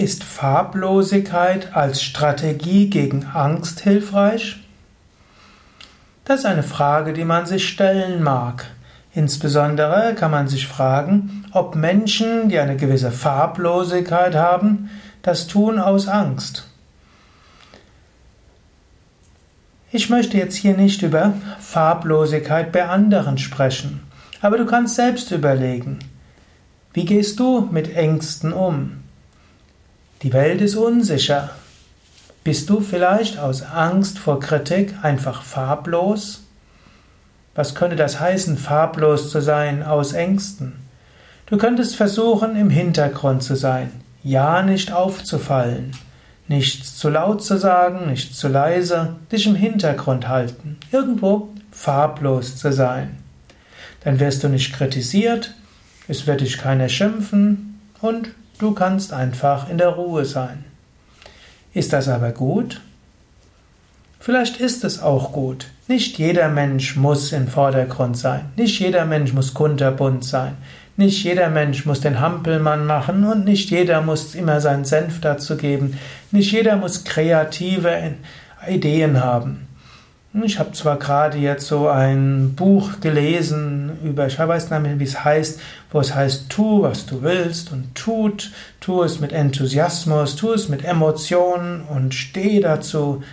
Ist Farblosigkeit als Strategie gegen Angst hilfreich? Das ist eine Frage, die man sich stellen mag. Insbesondere kann man sich fragen, ob Menschen, die eine gewisse Farblosigkeit haben, das tun aus Angst. Ich möchte jetzt hier nicht über Farblosigkeit bei anderen sprechen, aber du kannst selbst überlegen, wie gehst du mit Ängsten um? Die Welt ist unsicher. Bist du vielleicht aus Angst vor Kritik einfach farblos? Was könnte das heißen, farblos zu sein aus Ängsten? Du könntest versuchen, im Hintergrund zu sein, ja nicht aufzufallen, nichts zu laut zu sagen, nichts zu leise, dich im Hintergrund halten, irgendwo farblos zu sein. Dann wirst du nicht kritisiert, es wird dich keiner schimpfen und du kannst einfach in der Ruhe sein. Ist das aber gut? Vielleicht ist es auch gut. Nicht jeder Mensch muss im Vordergrund sein. Nicht jeder Mensch muss kunterbunt sein. Nicht jeder Mensch muss den Hampelmann machen und nicht jeder muss immer seinen Senf dazu geben. Nicht jeder muss kreative Ideen haben. Ich habe zwar gerade jetzt so ein Buch gelesen über, ich weiß nicht mehr, wie es heißt, wo es heißt, tu, was du willst und tu es mit Enthusiasmus, tu es mit Emotionen und steh dazu.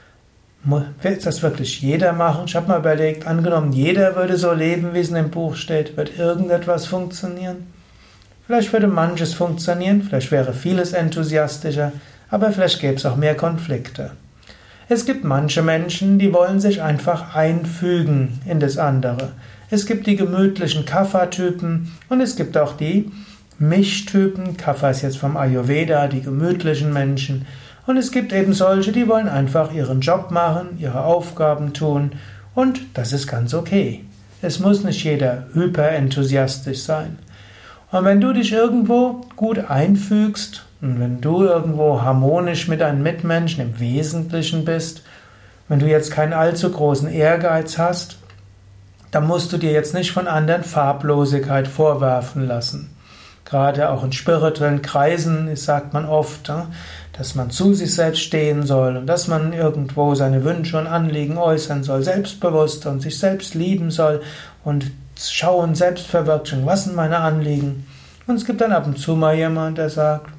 Will das wirklich jeder machen? Ich habe mal überlegt, angenommen, jeder würde so leben, wie es in dem Buch steht, wird irgendetwas funktionieren? Vielleicht würde manches funktionieren, vielleicht wäre vieles enthusiastischer, aber vielleicht gäbe es auch mehr Konflikte. Es gibt manche Menschen, die wollen sich einfach einfügen in das andere. Es gibt die gemütlichen Kapha-Typen und es gibt auch die Mischtypen. Kapha ist jetzt vom Ayurveda, die gemütlichen Menschen. Und es gibt eben solche, die wollen einfach ihren Job machen, ihre Aufgaben tun und das ist ganz okay. Es muss nicht jeder hyperenthusiastisch sein. Und wenn du dich irgendwo gut einfügst und wenn du irgendwo harmonisch mit deinen Mitmenschen im Wesentlichen bist, wenn du jetzt keinen allzu großen Ehrgeiz hast, dann musst du dir jetzt nicht von anderen Farblosigkeit vorwerfen lassen. Gerade auch in spirituellen Kreisen sagt man oft, dass man zu sich selbst stehen soll und dass man irgendwo seine Wünsche und Anliegen äußern soll, selbstbewusst und sich selbst lieben soll und schauen, Selbstverwirklichung, was sind meine Anliegen? Und es gibt dann ab und zu mal jemand, der sagt,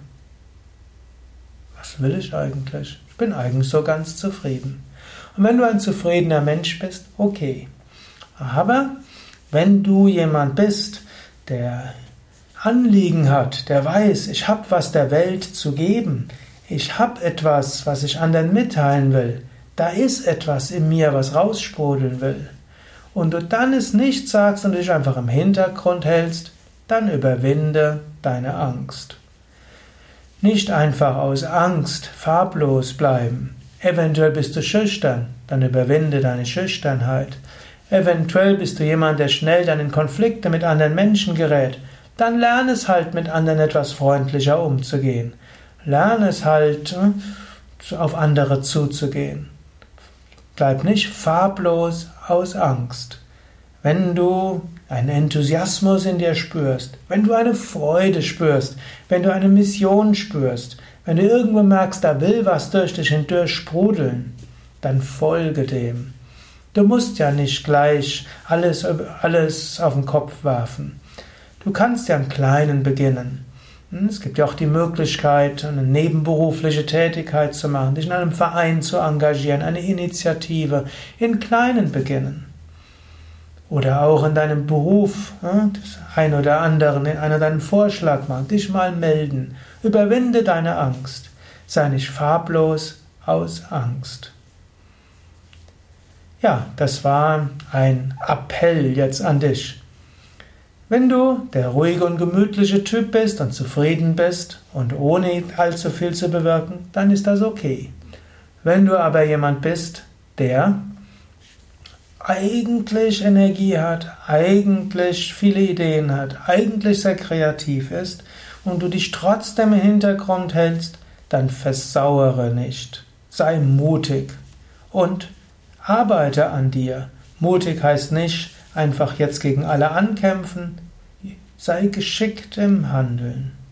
was will ich eigentlich? Ich bin eigentlich so ganz zufrieden. Und wenn du ein zufriedener Mensch bist, okay. Aber wenn du jemand bist, der Anliegen hat, der weiß, ich habe was der Welt zu geben, ich habe etwas, was ich anderen mitteilen will, da ist etwas in mir, was raussprudeln will, und du dann es nicht sagst und dich einfach im Hintergrund hältst, dann überwinde deine Angst. Nicht einfach aus Angst farblos bleiben. Eventuell bist du schüchtern, dann überwinde deine Schüchternheit. Eventuell bist du jemand, der schnell dann in Konflikte mit anderen Menschen gerät. Dann lerne es halt, mit anderen etwas freundlicher umzugehen. Lerne es halt, auf andere zuzugehen. Bleib nicht farblos aus Angst. Wenn du einen Enthusiasmus in dir spürst, wenn du eine Freude spürst, wenn du eine Mission spürst, wenn du irgendwo merkst, da will was durch dich hindurch sprudeln, dann folge dem. Du musst ja nicht gleich alles auf den Kopf werfen. Du kannst ja im Kleinen beginnen. Es gibt ja auch die Möglichkeit, eine nebenberufliche Tätigkeit zu machen, dich in einem Verein zu engagieren, eine Initiative, in Kleinen beginnen. Oder auch in deinem Beruf, das ein oder anderen, einer deinen Vorschlag machen, dich mal melden. Überwinde deine Angst. Sei nicht farblos aus Angst. Ja, das war ein Appell jetzt an dich. Wenn du der ruhige und gemütliche Typ bist und zufrieden bist und ohne allzu viel zu bewirken, dann ist das okay. Wenn du aber jemand bist, der eigentlich Energie hat, eigentlich viele Ideen hat, eigentlich sehr kreativ ist und du dich trotzdem im Hintergrund hältst, dann versauere nicht. Sei mutig und arbeite an dir. Mutig heißt nicht einfach jetzt gegen alle ankämpfen. Sei geschickt im Handeln.